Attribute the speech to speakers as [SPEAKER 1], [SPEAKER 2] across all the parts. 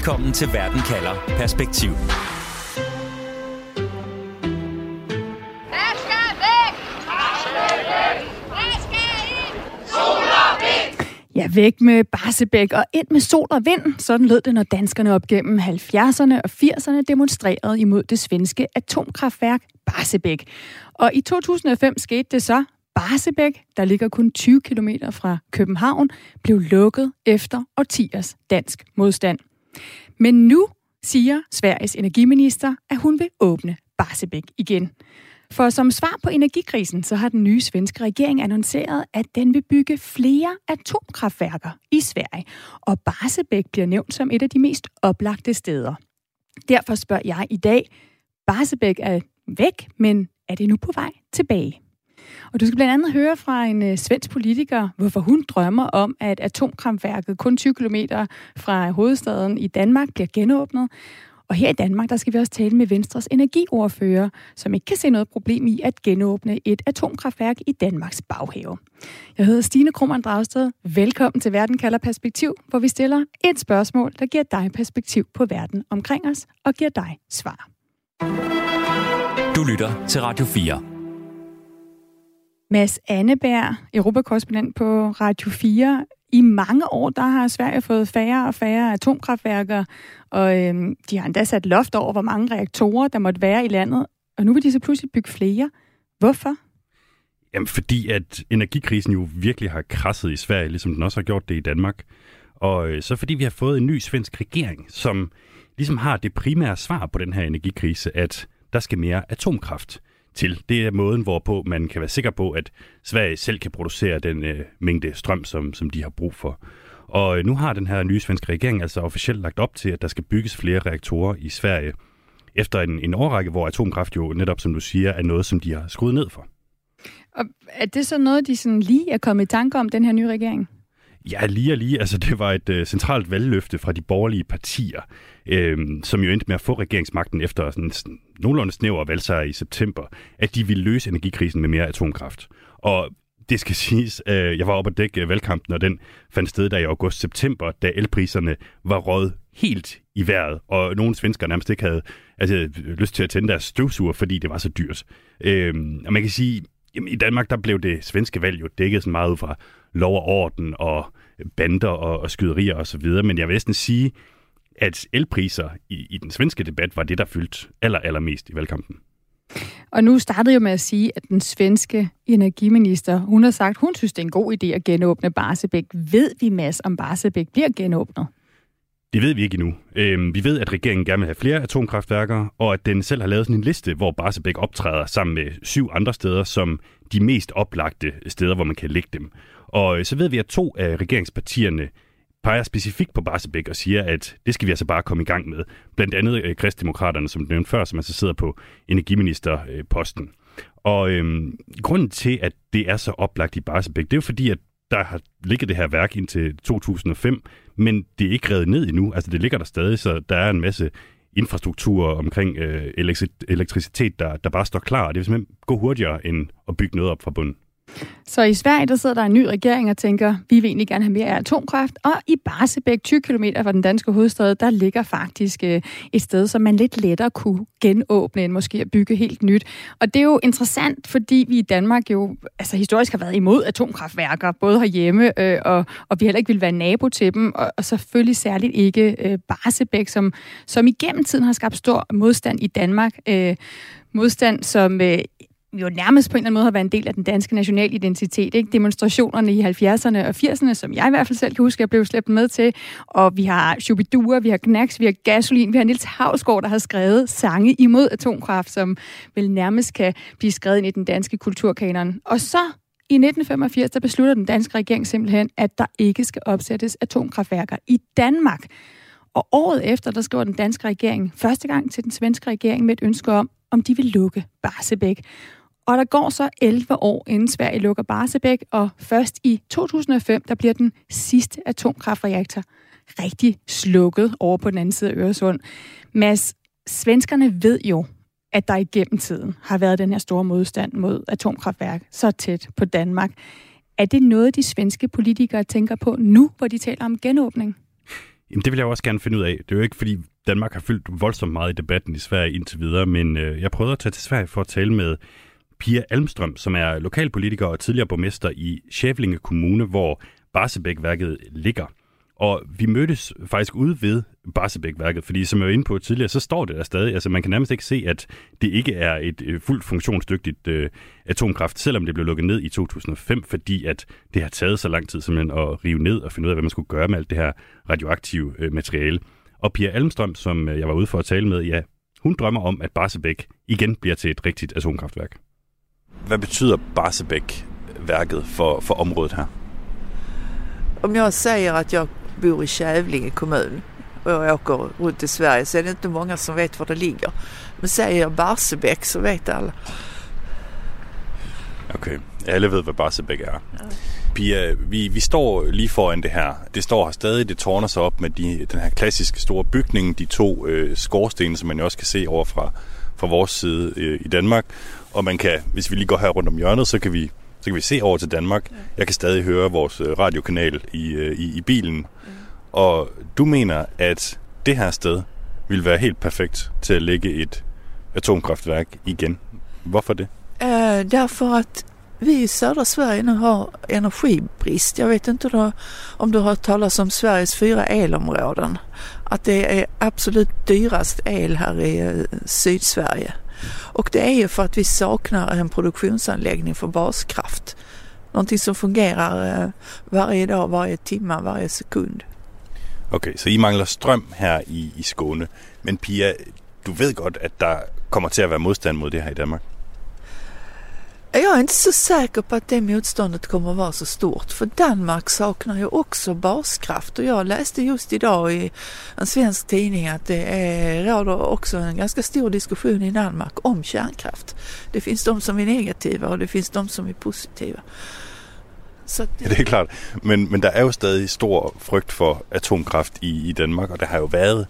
[SPEAKER 1] Velkommen til Verden kalder Perspektiv.
[SPEAKER 2] Ja, væk med Barsebäck og ind med sol og vind. Sådan lød det, når danskerne op gennem 70'erne og 80'erne demonstrerede imod det svenske atomkraftværk Barsebäck. Og i 2005 skete det så. Barsebäck, der ligger kun 20 km fra København, blev lukket efter årtiers dansk modstand. Men nu siger Sveriges energiminister, at hun vil åbne Barsebäck igen. For som svar på energikrisen, så har den nye svenske regering annonceret, at den vil bygge flere atomkraftværker i Sverige. Og Barsebäck bliver nævnt som et af de mest oplagte steder. Derfor spørger jeg i dag, Barsebäck er væk, men er det nu på vej tilbage? Og du skal blandt andet høre fra en svensk politiker, hvorfor hun drømmer om, at atomkraftværket kun 20 km fra hovedstaden i Danmark bliver genåbnet. Og her i Danmark, der skal vi også tale med Venstres energiordfører, som ikke kan se noget problem i at genåbne et atomkraftværk i Danmarks baghave. Jeg hedder Stine Krohmann Dragsted. Velkommen til Verden kalder Perspektiv, hvor vi stiller et spørgsmål, der giver dig perspektiv på verden omkring os og giver dig svar.
[SPEAKER 1] Du lytter til Radio 4.
[SPEAKER 2] Mads Anneberg, europakorrespondent på Radio 4. I mange år, der har Sverige fået færre og færre atomkraftværker, og de har endda sat loft over, hvor mange reaktorer, der måtte være i landet. Og nu vil de så pludselig bygge flere. Hvorfor?
[SPEAKER 3] Jamen, fordi at energikrisen jo virkelig har krasset i Sverige, ligesom den også har gjort det i Danmark. Og så fordi vi har fået en ny svensk regering, som ligesom har det primære svar på den her energikrise, at der skal mere atomkraft til. Det er måden, hvorpå man kan være sikker på, at Sverige selv kan producere den mængde strøm, som de har brug for. Og nu har den her nye svenske regering altså officielt lagt op til, at der skal bygges flere reaktorer i Sverige, efter en årrække, hvor atomkraft jo netop, som du siger, er noget, som de har skruet ned for.
[SPEAKER 2] Og er det så noget, de sådan lige er kommet i tanke om, den her nye regering?
[SPEAKER 3] Ja, lige. Altså, det var et centralt valgløfte fra de borgerlige partier, som jo endte med at få regeringsmagten efter sådan nogenlunde snæver valgsejr i september, at de ville løse energikrisen med mere atomkraft. Og det skal siges, jeg var oppe at dække valgkampen, og den fandt sted der i august-september, da elpriserne var røget helt i vejret, og nogle svenskere nærmest ikke havde lyst til at tænde deres støvsuger, fordi det var så dyrt. Og man kan sige, jamen, i Danmark der blev det svenske valg jo dækket sådan meget ud fra lov og orden og bander og skyderier osv., men jeg vil næsten sige, at elpriser i den svenske debat var det, der fyldte allermest i valgkampen.
[SPEAKER 2] Og nu startede jeg med at sige, at den svenske energiminister, hun har sagt, hun synes, det er en god idé at genåbne Barsebäck. Ved vi, Mads, om Barsebäck bliver genåbnet?
[SPEAKER 3] Det ved vi ikke endnu. Vi ved, at regeringen gerne vil have flere atomkraftværker, og at den selv har lavet sådan en liste, hvor Barsebäck optræder sammen med 7 andre steder, som de mest oplagte steder, hvor man kan lægge dem. Og så ved vi, at 2 af regeringspartierne peger specifikt på Barsebäck og siger, at det skal vi altså bare komme i gang med. Blandt andet Kristdemokraterne, som nævnte før, som altså sidder på energiministerposten. Og grunden til, at det er så oplagt i Barsebäck, det er jo fordi, at der har ligget det her værk indtil 2005, men det er ikke revet ned endnu. Altså det ligger der stadig, så der er en masse infrastruktur omkring elektricitet, der bare står klar. Det vil simpelthen gå hurtigere end at bygge noget op fra bunden.
[SPEAKER 2] Så i Sverige, der sidder der en ny regering og tænker, vi vil egentlig gerne have mere atomkraft, og i Barsebäck, 20 km fra den danske hovedstad, der ligger faktisk et sted, som man lidt lettere kunne genåbne, end måske at bygge helt nyt. Og det er jo interessant, fordi vi i Danmark jo altså historisk har været imod atomkraftværker, både herhjemme, og vi heller ikke vil være nabo til dem, og selvfølgelig særligt ikke Barsebäck, som igennem tiden har skabt stor modstand i Danmark. Modstand, som jo nærmest på en eller anden måde har været en del af den danske nationale identitet. Ikke? Demonstrationerne i 70'erne og 80'erne, som jeg i hvert fald selv kan huske, jeg blev slæbt med til. Og vi har Shubidua, vi har Knacks, vi har Gasolin, vi har Niels Hausgaard, der har skrevet sange imod atomkraft, som vel nærmest kan blive skrevet ind i den danske kulturkanon. Og så i 1985, der beslutter den danske regering simpelthen, at der ikke skal opsættes atomkraftværker i Danmark. Og året efter, der skriver den danske regering første gang til den svenske regering med et ønske om de vil lukke Barsebäck. Og der går så 11 år, inden Sverige lukker Barsebäck, og først i 2005, der bliver den sidste atomkraftreaktor rigtig slukket over på den anden side af Øresund. Mads, svenskerne ved jo, at der igennem tiden har været den her store modstand mod atomkraftværk så tæt på Danmark. Er det noget, de svenske politikere tænker på nu, hvor de taler om genåbning?
[SPEAKER 3] Jamen, det vil jeg også gerne finde ud af. Det er jo ikke, fordi Danmark har fyldt voldsomt meget i debatten i Sverige indtil videre, men jeg prøvede at tage til Sverige for at tale med Pia Almström, som er lokalpolitiker og tidligere borgmester i Kävlinge Kommune, hvor Barsebäckværket ligger. Og vi mødtes faktisk ude ved Barsebäckværket, fordi som jeg var inde på tidligere, så står det der stadig. Altså man kan nærmest ikke se, at det ikke er et fuldt funktionsdygtigt atomkraft, selvom det blev lukket ned i 2005, fordi at det har taget så lang tid simpelthen at rive ned og finde ud af, hvad man skulle gøre med alt det her radioaktive materiale. Og Pia Almström, som jeg var ude for at tale med, ja, hun drømmer om, at Barsebäck igen bliver til et rigtigt atomkraftværk. Hvad betyder Barsebäckværket for området her?
[SPEAKER 4] Om jag säger att jag bor i Kävlinge kommun och jag åker runt i Sverige så är det inte många som vet var det ligger. Men säger jag Barsebäck så vet alla.
[SPEAKER 3] Okay, alle ved, hvad Barsebäck er. Ja. Pia, vi står lige foran det her. Det står her stadig, det tårner sig op med den her klassiske store bygning, de to skorstene, som man jo også kan se over fra vores side i Danmark. Og man kan, hvis vi lige går her rundt om hjørnet, så kan vi se over til Danmark. Jeg kan stadig høre vores radiokanal i bilen. Og du mener, at det her sted vil være helt perfekt til at lægge et atomkraftværk igen. Hvorfor det?
[SPEAKER 4] Därför att vi i södra Sverige nu har energibrist. Jag vet inte då, om du har talat om Sveriges 4 elområden. Att det är absolut dyrast el här i Sydsverige. Och det är ju för att vi saknar en produktionsanläggning för baskraft. Någonting som fungerar varje dag, varje timme, varje sekund.
[SPEAKER 3] Okay, så I mangler strøm her i Skåne. Men Pia, du ved godt, at der kommer til at være modstand mod det her i Danmark.
[SPEAKER 4] Jag är inte så säker på att det motståndet kommer att vara så stort. För Danmark saknar ju också baskraft. Och jag läste just idag i en svensk tidning att det råder också en ganska stor diskussion i Danmark om kärnkraft. Det finns de som är negativa och det finns de som är positiva. Så
[SPEAKER 3] ja, det er klart. Men der er jo stadig stor frygt for atomkraft i Danmark, og der har jo været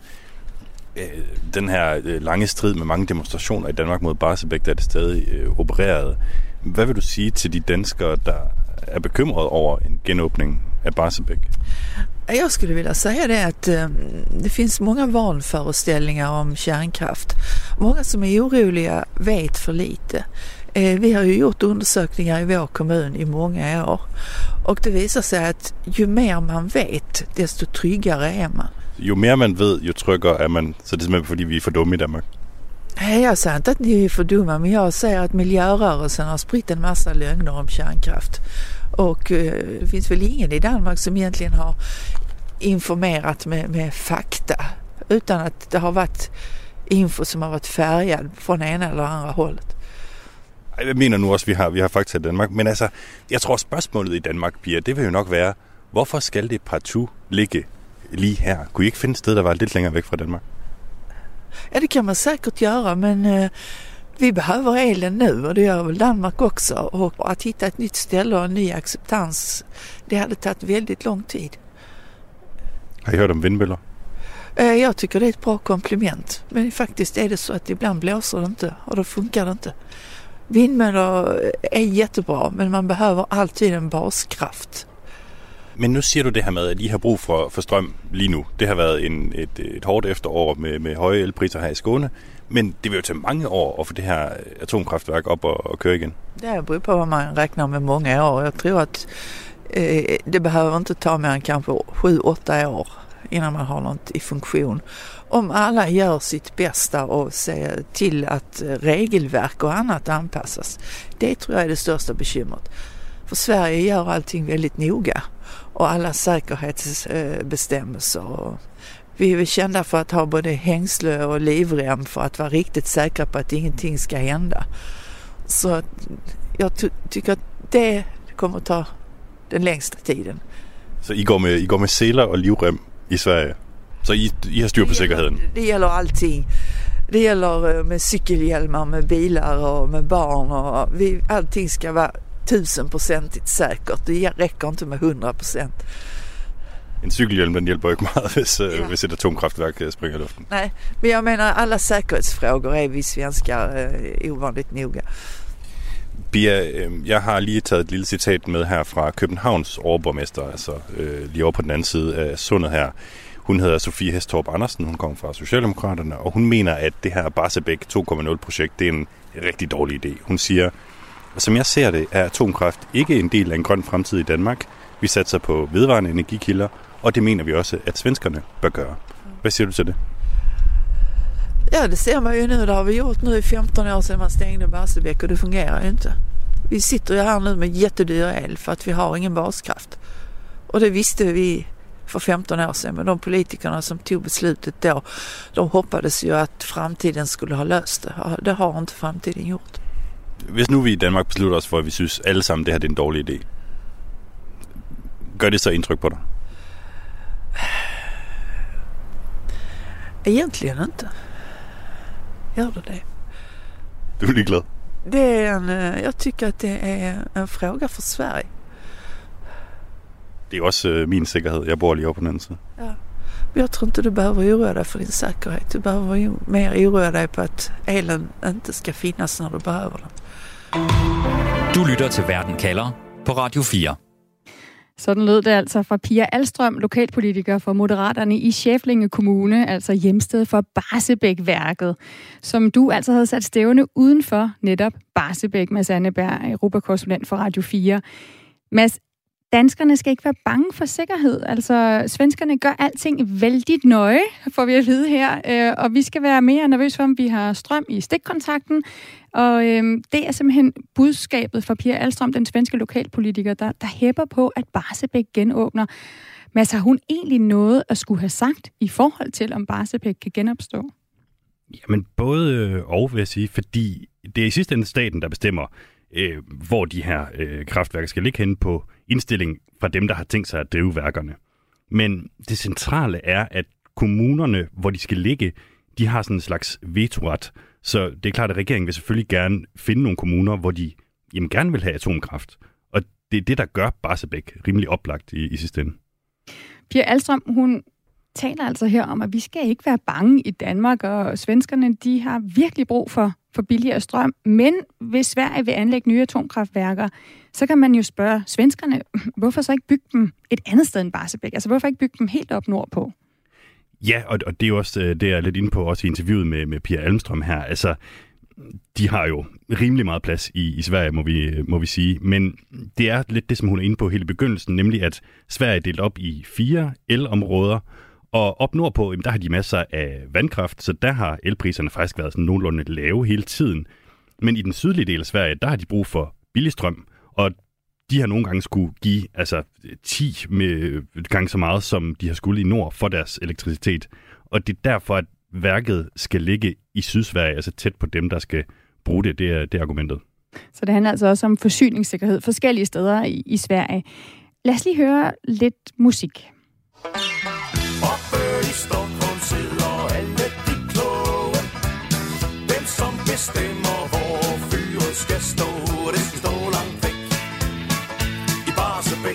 [SPEAKER 3] den her lange strid med mange demonstrationer i Danmark mod Barsebäck, der er det stadig opereret. Hvad vil du sige til de danskere, der är bekymrade over en genåpning av Barsebäck?
[SPEAKER 4] Jag skulle vilja säga det att det finns många vanföreställningar om kärnkraft. Många som är oroliga vet för lite. Vi har ju gjort undersökningar i vår kommun i många år. Och det visar sig att ju mer man vet, desto tryggare är man.
[SPEAKER 3] Jo mer man ved, jo tryggere er man. Så det er simpelthen fordi, vi er for dumme i Danmark.
[SPEAKER 4] Jag säger inte att ni är för dumma, men jag säger att miljörörelsen har spritt en massa lögner om kärnkraft. Och det finns väl ingen i Danmark som egentligen har informerat med fakta. Utan att det har varit info som har varit färgad från ena eller andra hållet.
[SPEAKER 3] Jeg mener nu også, vi har fakta i Danmark. Men altså, jeg tror spørgsmålet i Danmark, Pia, det vil jo nok være, hvorfor skal det partout ligge lige her? Kunne I ikke finde et sted, der var lidt længere væk fra Danmark?
[SPEAKER 4] Ja, det kan man säkert göra, men vi behöver elen nu och det gör väl Danmark också. Och att hitta ett nytt ställe och en ny acceptans, det hade tagit väldigt lång tid.
[SPEAKER 3] Har I hørt om vindmøller?
[SPEAKER 4] Jag tycker det är ett bra komplement. Men faktiskt är det så att ibland blåser det inte och då funkar det inte. Vindmøller är jättebra, men man behöver alltid en baskraft.
[SPEAKER 3] Men nu siger du det her med, at I har brug for strøm lige nu. Det har været et hårdt efterår med høje elpriser her i Skåne. Men det vil jo tage mange år at få det her atomkraftværk op og køre igen.
[SPEAKER 4] Det beror på vad man räknar med många år. Jag tror att det behöver inte ta mer än kanske 7-8 år innan man har något i funktion. Om alla gör sitt bästa och ser till att regelverk och annat anpassas. Det tror jag är det största bekymret. För Sverige gör allting väldigt noga. Och alla säkerhetsbestämmelser. Och vi är kända för att ha både hängsle och livrem för att vara riktigt säkra på att ingenting ska hända. Så jag tycker att det kommer att ta den längsta tiden.
[SPEAKER 3] Så I går med seler och livrem i Sverige? Så I har styr på säkerheten?
[SPEAKER 4] Det gäller allting. Det gäller med cykelhjälmar, med bilar och med barn. Och allting ska vara 1000% säkert. Det räcker inte med 100%.
[SPEAKER 3] En cykelhjelm, den hjälper ikke meget, hvis et atomkraftværk springer i luften.
[SPEAKER 4] Nej, men jag menar alla säkerhetsfrågor är vi svenskar ovanligt noga.
[SPEAKER 3] Pia, jeg har lige taget et lille citat med her fra Københavns overborgmester, altså lige over på den anden side af sundet her.
[SPEAKER 5] Hun hedder Sofie Hestorp Andersen, hun kommer fra Socialdemokraterne, og hun mener, at det her Barsebäck 2.0-projekt, det er en rigtig dårlig idé. Hun siger, som jeg ser det, er atomkraft ikke en del af en grøn fremtid i Danmark. Vi satser på vedvarende energikilder, og det mener vi også, at svenskerne bør gøre. Hvad siger du til det?
[SPEAKER 4] Ja, det ser man ju nu. Det har vi gjort nu i 15 år sedan man stängde Barsebäck och det fungerar ju inte. Vi sitter ju här nu med jättedyr el för att vi har ingen baskraft. Och det visste vi för 15 år sedan, men de politikerna som tog beslutet då, de hoppades ju att framtiden skulle ha løst det. Det har inte framtiden gjort.
[SPEAKER 5] Hvis nu vi i Danmark beslutter os for, at vi synes alle sammen, det her det er en dårlig idé, gør det så indtryk på dig?
[SPEAKER 4] Egentligen inte. Gör det?
[SPEAKER 5] Du är ligeglad?
[SPEAKER 4] Det är jag tycker att det är en fråga för Sverige.
[SPEAKER 5] Det er også min sikkerhed. Jeg bor lige over på den anden side.
[SPEAKER 4] Ja. Jag tror inte du behöver oroa dig för din säkerhet. Du behöver ju mer oroa dig på att elen inte ska finnas när du behöver den.
[SPEAKER 1] Du lytter til Verden kalder på Radio 4.
[SPEAKER 2] Sådan lød det altså fra Pia Alstrøm, lokalpolitiker for Moderaterne i Schæflinge Kommune, altså hjemsted for Barsebäck-værket, som du altså havde sat stævne uden for netop Barsebäck. Mads Anneberg, europakorrespondent for Radio 4. Mads, danskerne skal ikke være bange for sikkerhed. Altså, svenskerne gør alting vældig nøje, får vi at vide her. Og vi skal være mere nervøse for, om vi har strøm i stikkontakten. Og det er simpelthen budskabet fra Pia Alstrøm, den svenske lokalpolitiker, der hæpper på, at Barsebäck genåbner. Men har hun egentlig noget at skulle have sagt i forhold til, om Barsebäck kan genopstå?
[SPEAKER 3] Jamen, både og, vil jeg sige, fordi det er i sidste ende staten, der bestemmer, hvor de her kraftværker skal ligge henne på indstilling fra dem, der har tænkt sig at drive værkerne. Men det centrale er, at kommunerne, hvor de skal ligge, de har sådan en slags vetoret. Så det er klart, at regeringen vil selvfølgelig gerne finde nogle kommuner, hvor de gerne vil have atomkraft. Og det er det, der gør Barsebäck rimelig oplagt i sidste ende.
[SPEAKER 2] Pia Alstrøm, hun taler altså her om, at vi skal ikke være bange i Danmark, og svenskerne, de har virkelig brug for billigere strøm. Men hvis Sverige vil anlægge nye atomkraftværker, så kan man jo spørge svenskerne, hvorfor så ikke bygge dem et andet sted end Barsebäck? Altså, hvorfor ikke bygge dem helt op nordpå?
[SPEAKER 3] Ja, og det er jo også det, jeg er lidt inde på også i interviewet med Pia Alstrøm her. Altså, de har jo rimelig meget plads i Sverige, må vi sige. Men det er lidt det, som hun er inde på hele begyndelsen, nemlig at Sverige er delt op i 4 elområder, og op nordpå, der har de masser af vandkraft, så der har elpriserne faktisk været sådan nogenlunde lave hele tiden. Men i den sydlige del af Sverige, der har de brug for billig strøm, og de har nogle gange skulle give 10 gange så meget, som de har skulle i nord for deres elektricitet. Og det er derfor, at værket skal ligge i Sydsverige, altså tæt på dem, der skal bruge det. Det er argumentet. Så
[SPEAKER 2] det handler altså også om forsyningssikkerhed forskellige steder i Sverige. Lad os lige høre lidt musik.
[SPEAKER 6] Oppe i Stockholm sidder alle de kloge. Hvem som bestemmer, hvor fyret skal stå. Det skal stå langt væk i Barsebäck.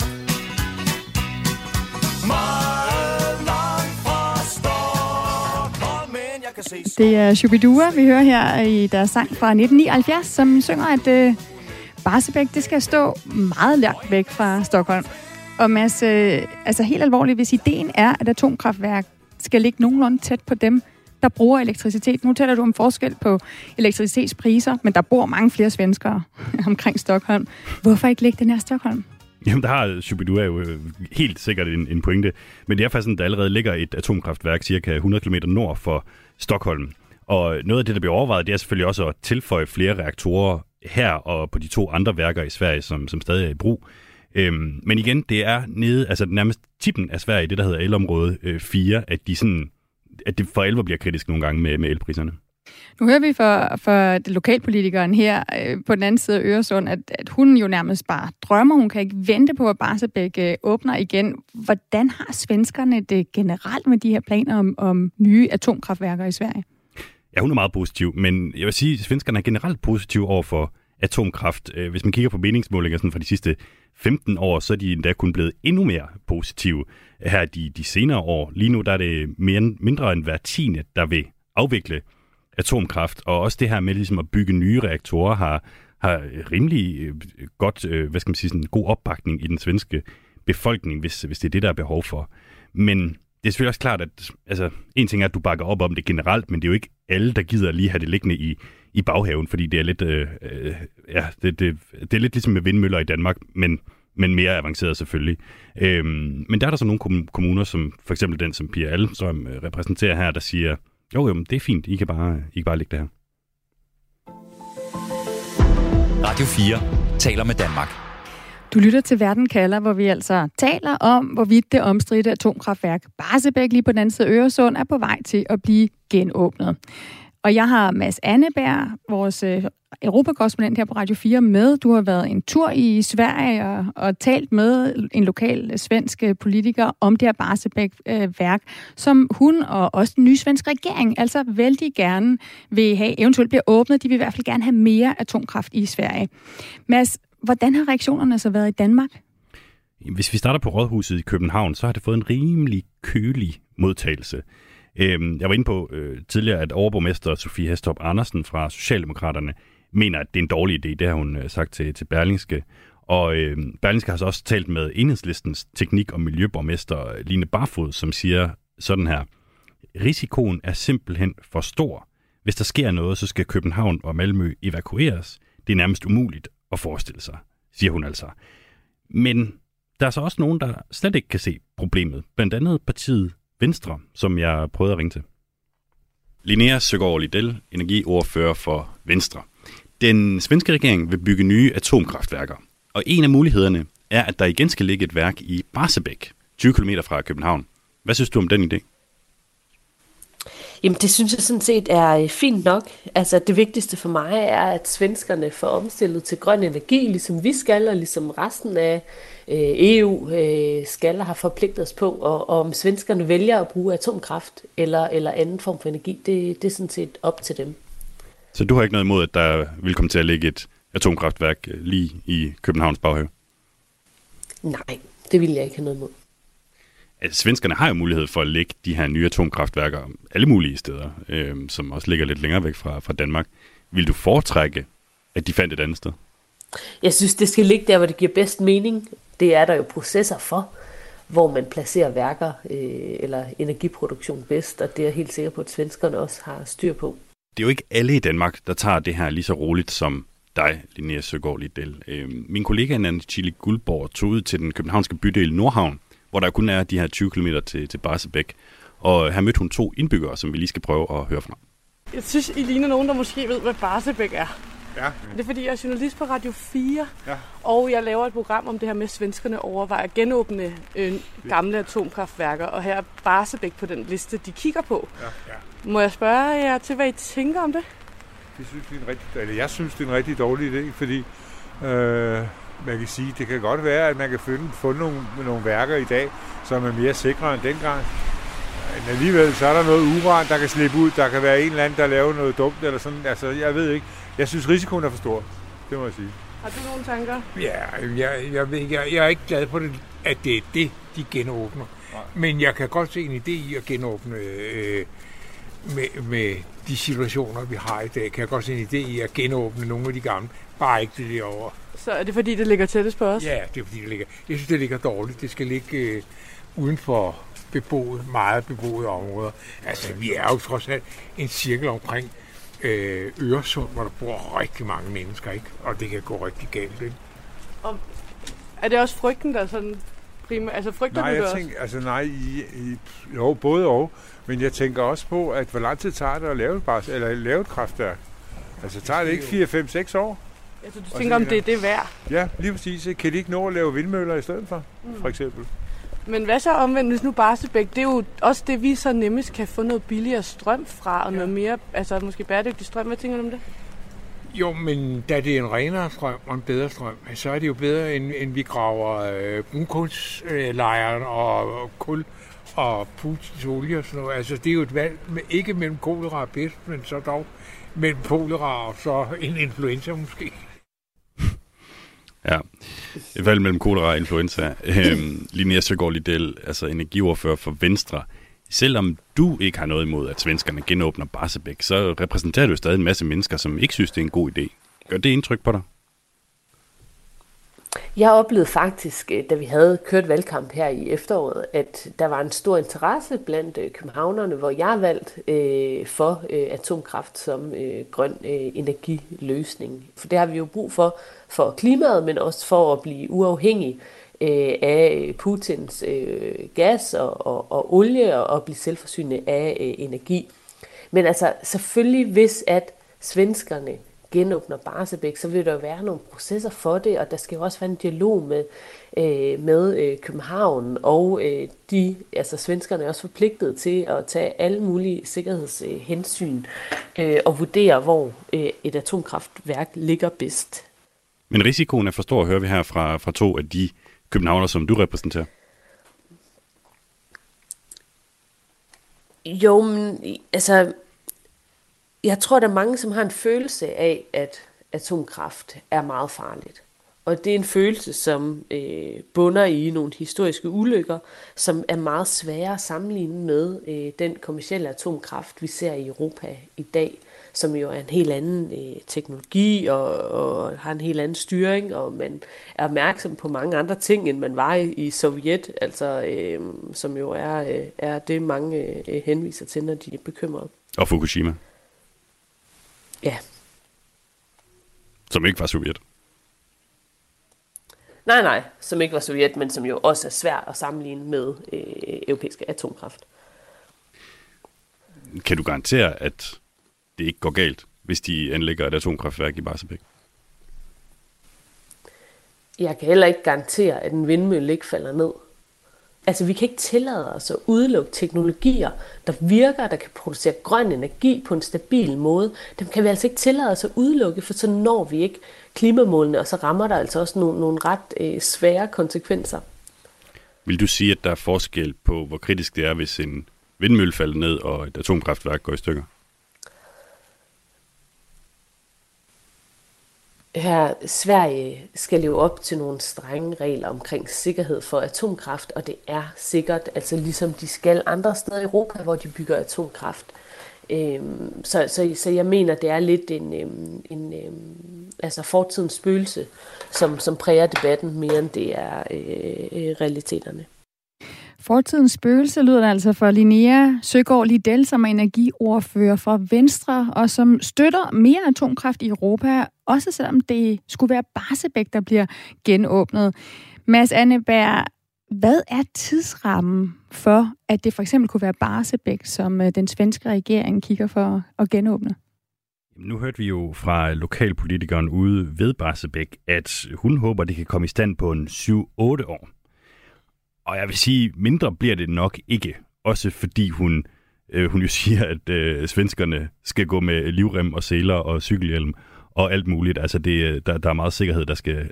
[SPEAKER 6] Meget langt fra Stockholm, men jeg kan se...
[SPEAKER 2] Det er Shubidua, vi hører her i deres sang fra 1979, som synger, at Barsebäck, det skal stå meget langt væk fra Stockholm. Og Mads, altså helt alvorligt, hvis ideen er, at atomkraftværk skal ligge nogenlunde tæt på dem, der bruger elektricitet. Nu taler du om forskel på elektricitetspriser, men der bor mange flere svenskere omkring Stockholm. Hvorfor ikke ligge den her Stockholm?
[SPEAKER 3] Jamen, der har Shubidua jo helt sikkert en pointe. Men det er faktisk sådan, at der allerede ligger et atomkraftværk cirka 100 km nord for Stockholm. Og noget af det, der bliver overvejet, det er selvfølgelig også at tilføje flere reaktorer her og på de 2 andre værker i Sverige, som stadig er i brug. Men igen, det er nede, altså nærmest tippen af Sverige, det der hedder elområde 4, at det for alvor bliver kritisk nogle gange med elpriserne.
[SPEAKER 2] Nu hører vi for lokalpolitikeren her på den anden side af Øresund, at hun jo nærmest bare drømmer. Hun kan ikke vente på, at Barsebäck åbner igen. Hvordan har svenskerne det generelt med de her planer om nye atomkraftværker i Sverige?
[SPEAKER 3] Ja, hun er meget positiv, men jeg vil sige, at svenskerne er generelt positive over for atomkraft. Hvis man kigger på meningsmålinger sådan fra de sidste 15 år, så er de endda kun blevet endnu mere positive her de senere år. Lige nu der er det mindre end hver 10, der vil afvikle atomkraft, og også det her med ligesom at bygge nye reaktorer har rimelig godt, sådan god opbakning i den svenske befolkning, hvis det er det, der er behov for. Men det er selvfølgelig også klart, at en ting er, at du bakker op om det generelt, men det er jo ikke alle, der gider lige have det liggende i baghaven, fordi det er lidt, det er lidt ligesom med vindmøller i Danmark, men mere avanceret selvfølgelig. Men der er der så nogle kommuner, som for eksempel den, som Pia Almstrøm repræsenterer her, der siger, jo, det er fint, I kan bare lægge det her.
[SPEAKER 1] Radio 4 taler med Danmark.
[SPEAKER 2] Du lytter til Verden kalder, hvor vi altså taler om, hvorvidt det omstridte atomkraftværk Barsebäck lige på den anden side af Øresund er på vej til at blive genåbnet. Og jeg har Mads Anneberg, vores europakorrespondent her på Radio 4 med. Du har været en tur i Sverige og talt med en lokal svensk politiker om det her Barsebäck-værk, som hun og også den nye svenske regering altså vældig gerne vil have eventuelt bliver åbnet. De vil i hvert fald gerne have mere atomkraft i Sverige. Mads, hvordan har reaktionerne så været i Danmark?
[SPEAKER 3] Hvis vi starter på Rådhuset i København, så har det fået en rimelig kølig modtagelse. Jeg var inde på tidligere, at overborgmester Sofie Hæstrup Andersen fra Socialdemokraterne mener, at det er en dårlig idé. Det har hun sagt til Berlingske. Og Berlingske har så også talt med Enhedslistens teknik- og miljøborgmester Line Barfod, som siger sådan her: risikoen er simpelthen for stor. Hvis der sker noget, så skal København og Malmø evakueres. Det er nærmest umuligt at forestille sig, siger hun altså. Men der er så også nogen, der slet ikke kan se problemet. Blandt andet partiet Venstre, som jeg prøvede at ringe til. Linnea Søgaard Lidell, energiordfører for Venstre. Den svenske regering vil bygge nye atomkraftværker, og en af mulighederne er, at der igen skal ligge et værk i Barsebäck, 20 km fra København. Hvad synes du om den idé?
[SPEAKER 7] Jamen det synes jeg sådan set er fint nok. Altså det vigtigste for mig er, at svenskerne får omstillet til grøn energi, ligesom vi skal, og ligesom resten af EU skal og har forpligtet os på. Og om svenskerne vælger at bruge atomkraft eller anden form for energi, det er sådan set op til dem.
[SPEAKER 3] Så du har ikke noget imod, at der vil komme til at ligge et atomkraftværk lige i Københavns baghave?
[SPEAKER 7] Nej, det vil jeg ikke have noget imod.
[SPEAKER 3] Altså, svenskerne har jo mulighed for at lægge de her nye atomkraftværker alle mulige steder, som også ligger lidt længere væk fra Danmark. Vil du foretrække, at de fandt et andet sted?
[SPEAKER 7] Jeg synes, det skal ligge der, hvor det giver bedst mening. Det er der jo processer for, hvor man placerer værker eller energiproduktion bedst, og det er jeg helt sikker på, at svenskerne også har styr på.
[SPEAKER 3] Det er jo ikke alle i Danmark, der tager det her lige så roligt som dig, Linnea Søgaard Lidell. Min kollega Nanne Chili Guldborg tog ud til den københavnske bydel Nordhavn, hvor der kun er de her 20 km til Barsebäck. Og her mødte hun 2 indbyggere, som vi lige skal prøve at høre fra.
[SPEAKER 8] Jeg synes, I ligner nogen, der måske ved, hvad Barsebäck er.
[SPEAKER 9] Ja.
[SPEAKER 8] Det er fordi, jeg er journalist på Radio 4,
[SPEAKER 9] ja.
[SPEAKER 8] Og jeg laver et program om det her med, at svenskerne overvejer at genåbne gamle atomkraftværker. Og her er Barsebäck på den liste, de kigger på.
[SPEAKER 9] Ja.
[SPEAKER 8] Må jeg spørge jer til, hvad I tænker om det?
[SPEAKER 9] Jeg synes, det er en rigtig dårlig idé, fordi man kan sige, det kan godt være, at man kan få nogle værker i dag, som er mere sikre end dengang. Men alligevel så er der noget uran, der kan slippe ud. Der kan være en eller anden, der laver noget dumt eller sådan. Altså, jeg ved ikke. Jeg synes, risikoen er for stor. Det må jeg sige.
[SPEAKER 8] Har du nogle tanker?
[SPEAKER 10] Ja, jeg er ikke glad på det, at det er det, de genåbner. Nej. Men jeg kan godt se en idé i at genåbne med de situationer, vi har i dag. Kan jeg godt se en idé i at genåbne nogle af de gamle. Bare ikke det derovre.
[SPEAKER 8] Så er det fordi, det ligger tættest på os?
[SPEAKER 10] Ja, det er fordi, det ligger. Jeg synes, det ligger dårligt. Det skal ligge uden for meget beboede områder. Altså, vi er jo trods alt en cirkel omkring Øresund, hvor der bor rigtig mange mennesker, ikke? Og det kan gå rigtig galt, ikke?
[SPEAKER 8] Og er det også frygten, der er sådan primært? Altså, frygter du det også?
[SPEAKER 9] Jo, både og. Men jeg tænker også på, at hvor lang tid tager det at lave et kraftværk? Altså, tager det ikke 4, 5, 6 år?
[SPEAKER 8] Altså, du tænker, om det er værd?
[SPEAKER 9] Ja, lige præcis. Kan de ikke nå at lave vindmøller i stedet for eksempel?
[SPEAKER 8] Men hvad så omvendt, hvis nu Barsebäck, det er jo også det, vi så nemmest kan få noget billigere strøm fra, og noget mere, altså måske bæredygtig strøm. Hvad tænker du om det?
[SPEAKER 10] Jo, men da det er en renere strøm og en bedre strøm, så er det jo bedre, end vi graver brunkulslejren og kul og Putins olie og sådan noget. Altså, det er jo et valg, ikke mellem kolera og pest, men så dog mellem kolera og så en influenza måske.
[SPEAKER 3] Ja, et valg mellem kolera og influenza. Linnea Søgaard Lidell, altså energiordfører for Venstre. Selvom du ikke har noget imod, at svenskerne genåbner Barsebäck, så repræsenterer du stadig en masse mennesker, som ikke synes, det er en god idé. Gør det indtryk på dig?
[SPEAKER 7] Jeg oplevede faktisk, da vi havde kørt valgkamp her i efteråret, at der var en stor interesse blandt københavnerne, hvor jeg er valgt for atomkraft som grøn energiløsning. For det har vi jo brug for klimaet, men også for at blive uafhængig af Putins gas og olie og blive selvforsynende af energi. Men altså selvfølgelig, hvis at svenskerne genåbner Barsebäck, så vil der jo være nogle processer for det, og der skal jo også være en dialog med København, og svenskerne er også forpligtet til at tage alle mulige sikkerhedshensyn og vurdere, hvor et atomkraftværk ligger bedst.
[SPEAKER 3] Men risikoen er for stor, hører vi her fra to af de københavner, som du repræsenterer.
[SPEAKER 7] Jo, men altså, jeg tror, der er mange, som har en følelse af, at atomkraft er meget farligt. Og det er en følelse, som bunder i nogle historiske ulykker, som er meget svære at sammenligne med den kommercielle atomkraft, vi ser i Europa i dag, som jo er en helt anden teknologi og har en helt anden styring, og man er opmærksom på mange andre ting, end man var i Sovjet, altså, som jo er det, mange henviser til, når de er bekymrede.
[SPEAKER 3] Og Fukushima.
[SPEAKER 7] Ja.
[SPEAKER 3] Som ikke var Sovjet.
[SPEAKER 7] Nej, som ikke var Sovjet, men som jo også er svært at sammenligne med europæisk atomkraft.
[SPEAKER 3] Kan du garantere, at det ikke går galt, hvis de anlægger et atomkraftværk i Barsebäck?
[SPEAKER 7] Jeg kan heller ikke garantere, at en vindmølle ikke falder ned. Altså, vi kan ikke tillade os at udelukke teknologier, der virker, der kan producere grøn energi på en stabil måde. Dem kan vi altså ikke tillade os at udelukke, for så når vi ikke klimamålene, og så rammer der altså også nogle ret svære konsekvenser.
[SPEAKER 3] Vil du sige, at der er forskel på, hvor kritisk det er, hvis en vindmølle falder ned, og et atomkraftværk går i stykker?
[SPEAKER 7] Her Sverige skal leve op til nogle strenge regler omkring sikkerhed for atomkraft, og det er sikkert, altså ligesom de skal andre steder i Europa, hvor de bygger atomkraft. Så jeg mener, det er lidt en fortidens spøgelse, som præger debatten mere end det er realiteterne.
[SPEAKER 2] Fortidens spøgelse lyder det altså for Linnea Søgaard Lidell, som er energiordfører for Venstre, og som støtter mere atomkraft i Europa, også selvom det skulle være Barsebäck, der bliver genåbnet. Mads Anneberg, hvad er tidsrammen for, at det for eksempel kunne være Barsebäck, som den svenske regering kigger for at genåbne?
[SPEAKER 3] Nu hørte vi jo fra lokalpolitikeren ude ved Barsebäck, at hun håber, det kan komme i stand på en 7-8 år. Og jeg vil sige, mindre bliver det nok ikke. Også fordi hun jo siger, at svenskerne skal gå med livrem og seler og cykelhjelm og alt muligt. Altså der er meget sikkerhed, der skal,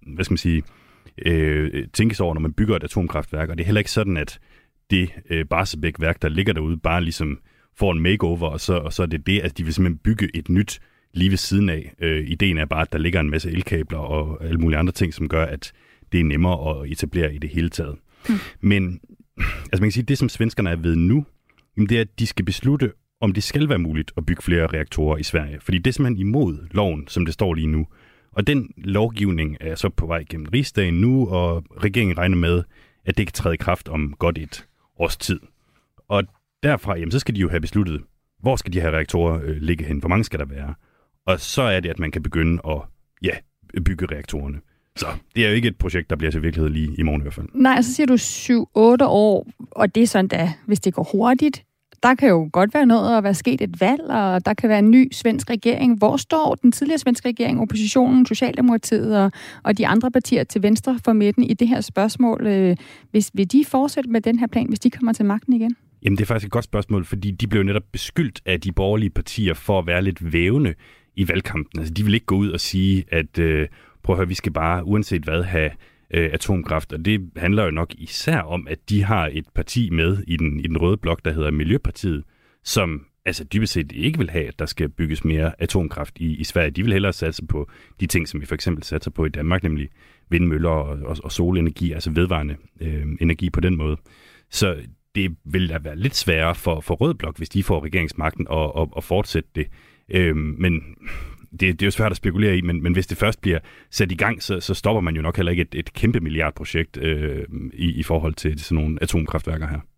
[SPEAKER 3] tænkes over, når man bygger et atomkraftværk. Og det er heller ikke sådan, at det Barsebäck-værk, der ligger derude, bare ligesom får en makeover, og så er det, at de vil simpelthen bygge et nyt lige ved siden af. Ideen er bare, at der ligger en masse elkabler og alle mulige andre ting, som gør, at det er nemmere at etablere i det hele taget. Men altså man kan sige, at det, som svenskerne er ved nu, det er, at de skal beslutte, om det skal være muligt at bygge flere reaktorer i Sverige. Fordi det er simpelthen imod loven, som det står lige nu. Og den lovgivning er så på vej gennem rigsdagen nu, og regeringen regner med, at det kan træde i kraft om godt et års tid. Og derfra, jamen, så skal de jo have besluttet, hvor skal de her reaktorer ligge hen, hvor mange skal der være. Og så er det, at man kan begynde at bygge reaktorerne. Så det er jo ikke et projekt, der bliver til virkelighed lige i morgen i hvert fald.
[SPEAKER 2] Nej, så siger du 7-8 år, og det er sådan, da, hvis det går hurtigt. Der kan jo godt være noget at være sket et valg, og der kan være en ny svensk regering. Hvor står den tidligere svenske regering, oppositionen, Socialdemokratiet og de andre partier til venstre for midten i det her spørgsmål? Vil de fortsætte med den her plan, hvis de kommer til magten igen?
[SPEAKER 3] Jamen, det er faktisk et godt spørgsmål, fordi de blev netop beskyldt af de borgerlige partier for at være lidt vævende i valgkampen. Altså, de vil ikke gå ud og sige, at prøv at høre, vi skal bare, uanset hvad, have atomkraft. Og det handler jo nok især om, at de har et parti med i den røde blok, der hedder Miljøpartiet, som altså dybest set ikke vil have, at der skal bygges mere atomkraft i Sverige. De vil hellere satse på de ting, som vi for eksempel satser på i Danmark, nemlig vindmøller og solenergi, altså vedvarende energi på den måde. Så det vil da være lidt sværere for rød blok, hvis de får regeringsmagten og fortsætte det. Men Det er jo svært at spekulere i, men hvis det først bliver sat i gang, så stopper man jo nok heller ikke et kæmpe milliardprojekt i forhold til sådan nogle atomkraftværker her.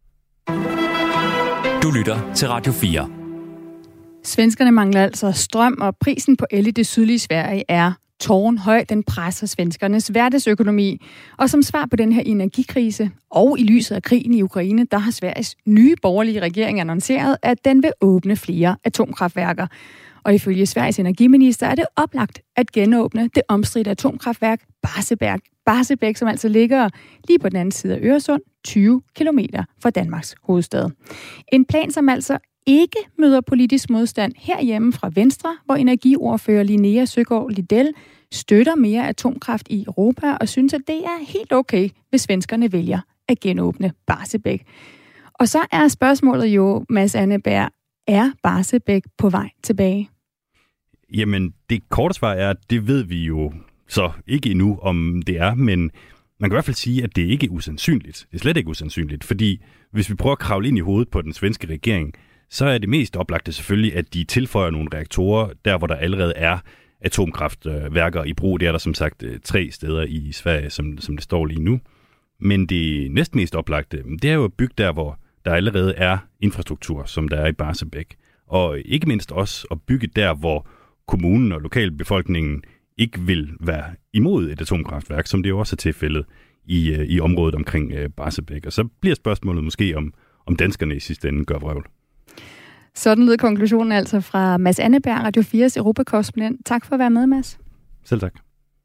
[SPEAKER 1] Du lytter til Radio 4.
[SPEAKER 2] Svenskerne mangler altså strøm, og prisen på el i det sydlige Sverige er tårnhøj. Den presser svenskernes hverdagsøkonomi. Og som svar på den her energikrise, og i lyset af krigen i Ukraine, der har Sveriges nye borgerlige regering annonceret, at den vil åbne flere atomkraftværker. Og ifølge Sveriges energiminister er det oplagt at genåbne det omstridte atomkraftværk Barsebäck, som altså ligger lige på den anden side af Øresund, 20 kilometer fra Danmarks hovedstad. En plan, som altså ikke møder politisk modstand herhjemme fra Venstre, hvor energiordfører Linnea Søgaard Lidell støtter mere atomkraft i Europa og synes, at det er helt okay, hvis svenskerne vælger at genåbne Barsebäck. Og så er spørgsmålet jo, Mads Anneberg, er Barsebäck på vej tilbage?
[SPEAKER 3] Jamen, det korte svar er, at det ved vi jo så ikke endnu, om det er, men man kan i hvert fald sige, at det ikke er usandsynligt. Det er slet ikke usandsynligt, fordi hvis vi prøver at kravle ind i hovedet på den svenske regering, så er det mest oplagte selvfølgelig, at de tilføjer nogle reaktorer, der hvor der allerede er atomkraftværker i brug. Det er der som sagt 3 steder i Sverige, som det står lige nu. Men det næsten mest oplagte, det er jo at bygge der, hvor der allerede er infrastruktur, som der er i Barsebäck. Og ikke mindst også at bygge der, hvor kommunen og lokalbefolkningen ikke vil være imod et atomkraftværk, som det jo også er tilfældet i området omkring Barsebäck. Og så bliver spørgsmålet måske, om danskerne i sidste ende gør vrøvl.
[SPEAKER 2] Sådan lød konklusionen altså fra Mads Anneberg, Radio 4's Europakorrespondent. Tak for at være med, Mads.
[SPEAKER 3] Selv tak.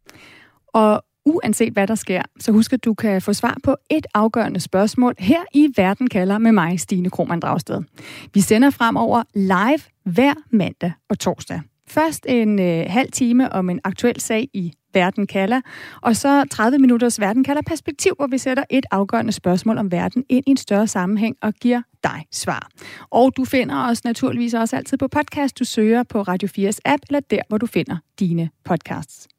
[SPEAKER 2] Og uanset hvad der sker, så husk, at du kan få svar på et afgørende spørgsmål her i Verden kalder med mig, Stine Krohmann Dragsted. Vi sender fremover live hver mandag og torsdag. Først en halv time om en aktuel sag i Verden kalder, og så 30 minutters Verden kalder perspektiv, hvor vi sætter et afgørende spørgsmål om verden ind i en større sammenhæng og giver dig svar. Og du finder os naturligvis også altid på podcast. Du søger på Radio 4's app, eller der, hvor du finder dine podcasts.